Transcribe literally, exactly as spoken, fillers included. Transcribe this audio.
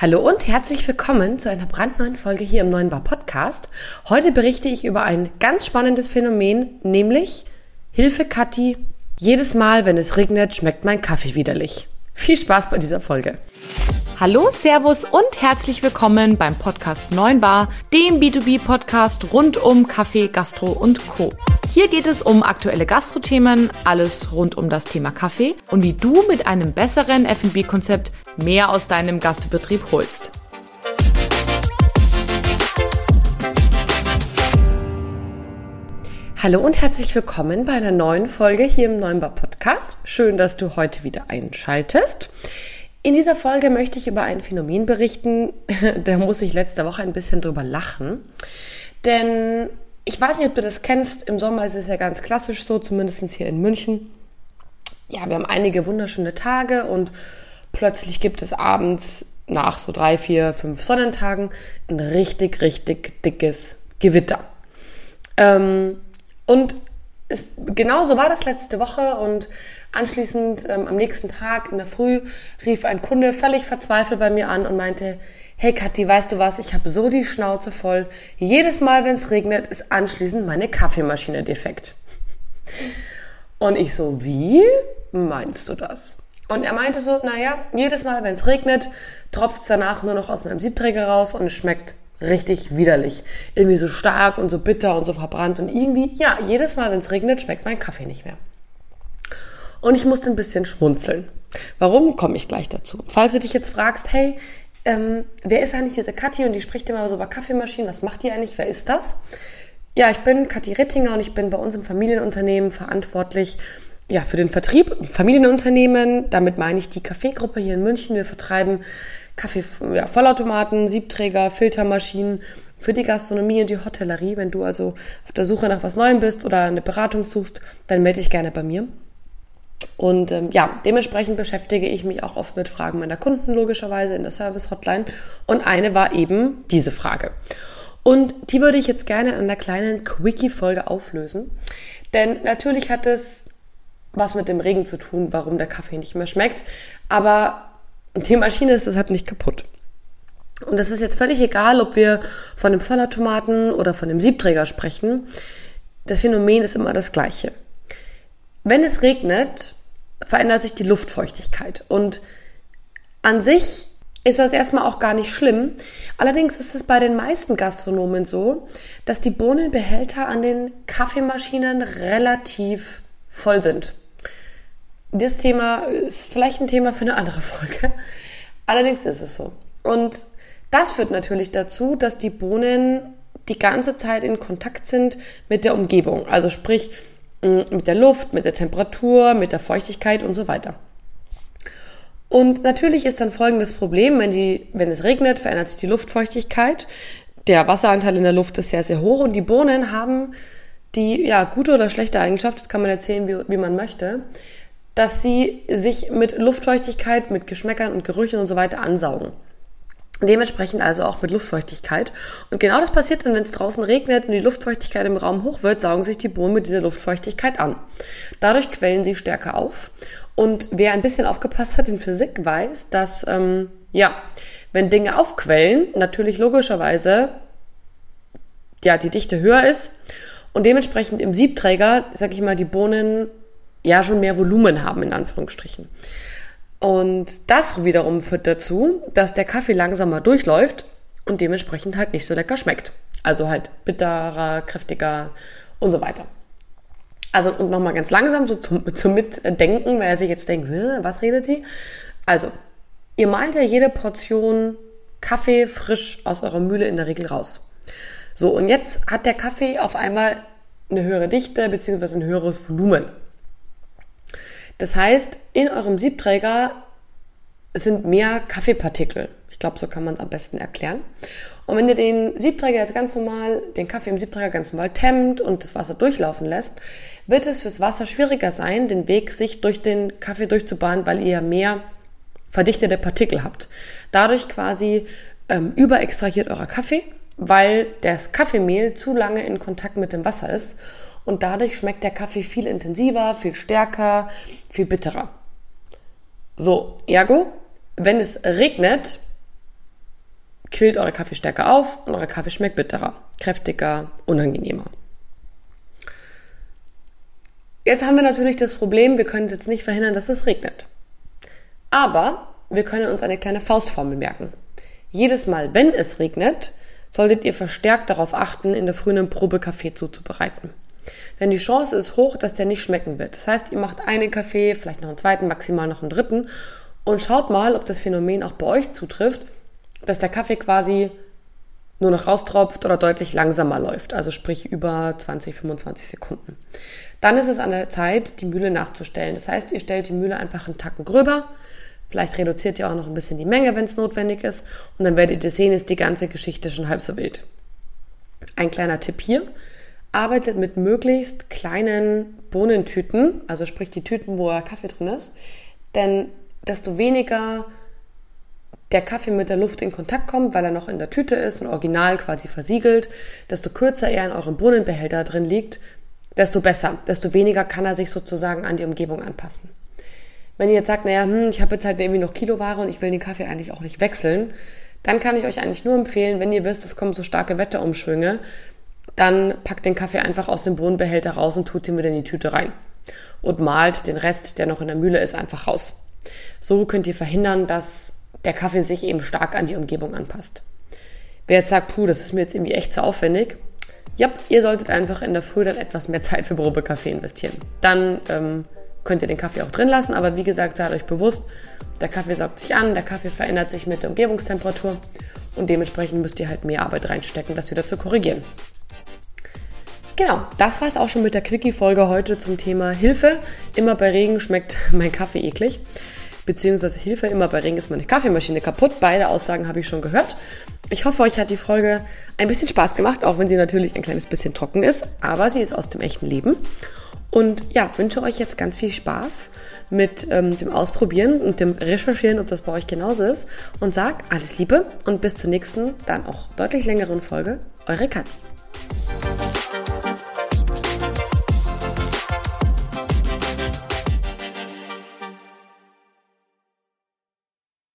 Hallo und herzlich willkommen zu einer brandneuen Folge hier im Neuen Bar Podcast. Heute berichte ich über ein ganz spannendes Phänomen, nämlich Hilfe Kathi, jedes Mal, wenn es regnet, schmeckt mein Kaffee widerlich. Viel Spaß bei dieser Folge. Hallo, Servus und herzlich willkommen beim Podcast Neuen Bar, dem B zwei B Podcast rund um Kaffee, Gastro und Co. Hier geht es um aktuelle Gastro-Themen, alles rund um das Thema Kaffee und wie du mit einem besseren F und B-Konzept mehr aus deinem Gastbetrieb holst. Hallo und herzlich willkommen bei einer neuen Folge hier im Neuen Bar Podcast. Schön, dass du heute wieder einschaltest. In dieser Folge möchte ich über ein Phänomen berichten, da muss ich letzte Woche ein bisschen drüber lachen, denn ich weiß nicht, ob du das kennst, im Sommer ist es ja ganz klassisch so, zumindest hier in München. Ja, wir haben einige wunderschöne Tage und plötzlich gibt es abends nach so drei, vier, fünf Sonnentagen ein richtig, richtig dickes Gewitter. Ähm, und es, genau so war das letzte Woche und anschließend ähm, am nächsten Tag in der Früh rief ein Kunde völlig verzweifelt bei mir an und meinte: Hey Kathi, weißt du was, ich habe so die Schnauze voll. Jedes Mal, wenn es regnet, ist anschließend meine Kaffeemaschine defekt. Und ich so, wie meinst du das? Und er meinte so, naja, jedes Mal, wenn es regnet, tropft es danach nur noch aus meinem Siebträger raus und es schmeckt richtig widerlich. Irgendwie so stark und so bitter und so verbrannt. Und irgendwie, ja, jedes Mal, wenn es regnet, schmeckt mein Kaffee nicht mehr. Und ich musste ein bisschen schmunzeln. Warum, komme ich gleich dazu. Falls du dich jetzt fragst, hey, ähm, wer ist eigentlich diese Kathi und die spricht immer so über Kaffeemaschinen, was macht die eigentlich, wer ist das? Ja, ich bin Kathi Rittinger und ich bin bei uns im Familienunternehmen verantwortlich ja, für den Vertrieb, Familienunternehmen, damit meine ich die Kaffeegruppe hier in München. Wir vertreiben Kaffee, ja, Vollautomaten, Siebträger, Filtermaschinen für die Gastronomie und die Hotellerie. Wenn du also auf der Suche nach was Neuem bist oder eine Beratung suchst, dann melde dich gerne bei mir. Und ähm, ja, dementsprechend beschäftige ich mich auch oft mit Fragen meiner Kunden, logischerweise in der Service-Hotline. Und eine war eben diese Frage. Und die würde ich jetzt gerne in einer kleinen Quickie-Folge auflösen. Denn natürlich hat es was mit dem Regen zu tun, warum der Kaffee nicht mehr schmeckt. Aber die Maschine ist deshalb nicht kaputt. Und es ist jetzt völlig egal, ob wir von dem Vollautomaten oder von dem Siebträger sprechen. Das Phänomen ist immer das gleiche. Wenn es regnet, verändert sich die Luftfeuchtigkeit. Und an sich ist das erstmal auch gar nicht schlimm. Allerdings ist es bei den meisten Gastronomen so, dass die Bohnenbehälter an den Kaffeemaschinen relativ voll sind. Das Thema ist vielleicht ein Thema für eine andere Folge. Allerdings ist es so. Und das führt natürlich dazu, dass die Bohnen die ganze Zeit in Kontakt sind mit der Umgebung. Also sprich mit der Luft, mit der Temperatur, mit der Feuchtigkeit und so weiter. Und natürlich ist dann folgendes Problem, wenn, die, wenn es regnet, verändert sich die Luftfeuchtigkeit. Der Wasseranteil in der Luft ist sehr, sehr hoch und die Bohnen haben die ja, gute oder schlechte Eigenschaft, das kann man erzählen, wie, wie man möchte, dass sie sich mit Luftfeuchtigkeit, mit Geschmäckern und Gerüchen und so weiter ansaugen. Dementsprechend also auch mit Luftfeuchtigkeit. Und genau das passiert dann, wenn es draußen regnet und die Luftfeuchtigkeit im Raum hoch wird, saugen sich die Bohnen mit dieser Luftfeuchtigkeit an. Dadurch quellen sie stärker auf. Und wer ein bisschen aufgepasst hat in Physik, weiß, dass ähm, ja, wenn Dinge aufquellen, natürlich logischerweise ja, die Dichte höher ist und dementsprechend im Siebträger, sag ich mal, die Bohnen ja schon mehr Volumen haben, in Anführungsstrichen. Und das wiederum führt dazu, dass der Kaffee langsamer durchläuft und dementsprechend halt nicht so lecker schmeckt. Also halt bitterer, kräftiger und so weiter. Also und nochmal ganz langsam so zum, zum Mitdenken, wer sich jetzt denkt, was redet sie? Also, ihr malt ja jede Portion Kaffee frisch aus eurer Mühle in der Regel raus. So, und jetzt hat der Kaffee auf einmal eine höhere Dichte bzw. ein höheres Volumen. Das heißt, in eurem Siebträger sind mehr Kaffeepartikel. Ich glaube, so kann man es am besten erklären. Und wenn ihr den Siebträger jetzt ganz normal, den Kaffee im Siebträger ganz normal temmt und das Wasser durchlaufen lässt, wird es fürs Wasser schwieriger sein, den Weg sich durch den Kaffee durchzubahnen, weil ihr mehr verdichtete Partikel habt. Dadurch quasi ähm, überextrahiert eurer Kaffee, weil das Kaffeemehl zu lange in Kontakt mit dem Wasser ist. Und dadurch schmeckt der Kaffee viel intensiver, viel stärker, viel bitterer. So, ergo, wenn es regnet, quillt eure Kaffeestärke auf und euer Kaffee schmeckt bitterer, kräftiger, unangenehmer. Jetzt haben wir natürlich das Problem, wir können jetzt nicht verhindern, dass es regnet. Aber wir können uns eine kleine Faustformel merken. Jedes Mal, wenn es regnet, solltet ihr verstärkt darauf achten, in der Früh einen Probekaffee zuzubereiten. Denn die Chance ist hoch, dass der nicht schmecken wird. Das heißt, ihr macht einen Kaffee, vielleicht noch einen zweiten, maximal noch einen dritten und schaut mal, ob das Phänomen auch bei euch zutrifft, dass der Kaffee quasi nur noch raustropft oder deutlich langsamer läuft, also sprich über zwanzig, fünfundzwanzig Sekunden. Dann ist es an der Zeit, die Mühle nachzustellen. Das heißt, ihr stellt die Mühle einfach einen Tacken gröber, vielleicht reduziert ihr auch noch ein bisschen die Menge, wenn es notwendig ist und dann werdet ihr sehen, ist die ganze Geschichte schon halb so wild. Ein kleiner Tipp hier, arbeitet mit möglichst kleinen Bohnentüten, also sprich die Tüten, wo euer Kaffee drin ist, denn desto weniger der Kaffee mit der Luft in Kontakt kommt, weil er noch in der Tüte ist und original quasi versiegelt, desto kürzer er in eurem Bohnenbehälter drin liegt, desto besser, desto weniger kann er sich sozusagen an die Umgebung anpassen. Wenn ihr jetzt sagt, naja, hm, ich habe jetzt halt irgendwie noch Kiloware und ich will den Kaffee eigentlich auch nicht wechseln, dann kann ich euch eigentlich nur empfehlen, wenn ihr wisst, es kommen so starke Wetterumschwünge, dann packt den Kaffee einfach aus dem Bohnenbehälter raus und tut ihn wieder in die Tüte rein und malt den Rest, der noch in der Mühle ist, einfach raus. So könnt ihr verhindern, dass der Kaffee sich eben stark an die Umgebung anpasst. Wer jetzt sagt, puh, das ist mir jetzt irgendwie echt zu aufwendig, ja, ihr solltet einfach in der Früh dann etwas mehr Zeit für Probekaffee investieren. Dann ähm, könnt ihr den Kaffee auch drin lassen, aber wie gesagt, seid euch bewusst, der Kaffee saugt sich an, der Kaffee verändert sich mit der Umgebungstemperatur und dementsprechend müsst ihr halt mehr Arbeit reinstecken, das wieder zu korrigieren. Genau, das war es auch schon mit der Quickie-Folge heute zum Thema Hilfe. Immer bei Regen schmeckt mein Kaffee eklig. Beziehungsweise Hilfe, immer bei Regen ist meine Kaffeemaschine kaputt. Beide Aussagen habe ich schon gehört. Ich hoffe, euch hat die Folge ein bisschen Spaß gemacht, auch wenn sie natürlich ein kleines bisschen trocken ist. Aber sie ist aus dem echten Leben. Und ja, wünsche euch jetzt ganz viel Spaß mit ähm, dem Ausprobieren und dem Recherchieren, ob das bei euch genauso ist. Und sag alles Liebe und bis zur nächsten, dann auch deutlich längeren Folge. Eure Kathi.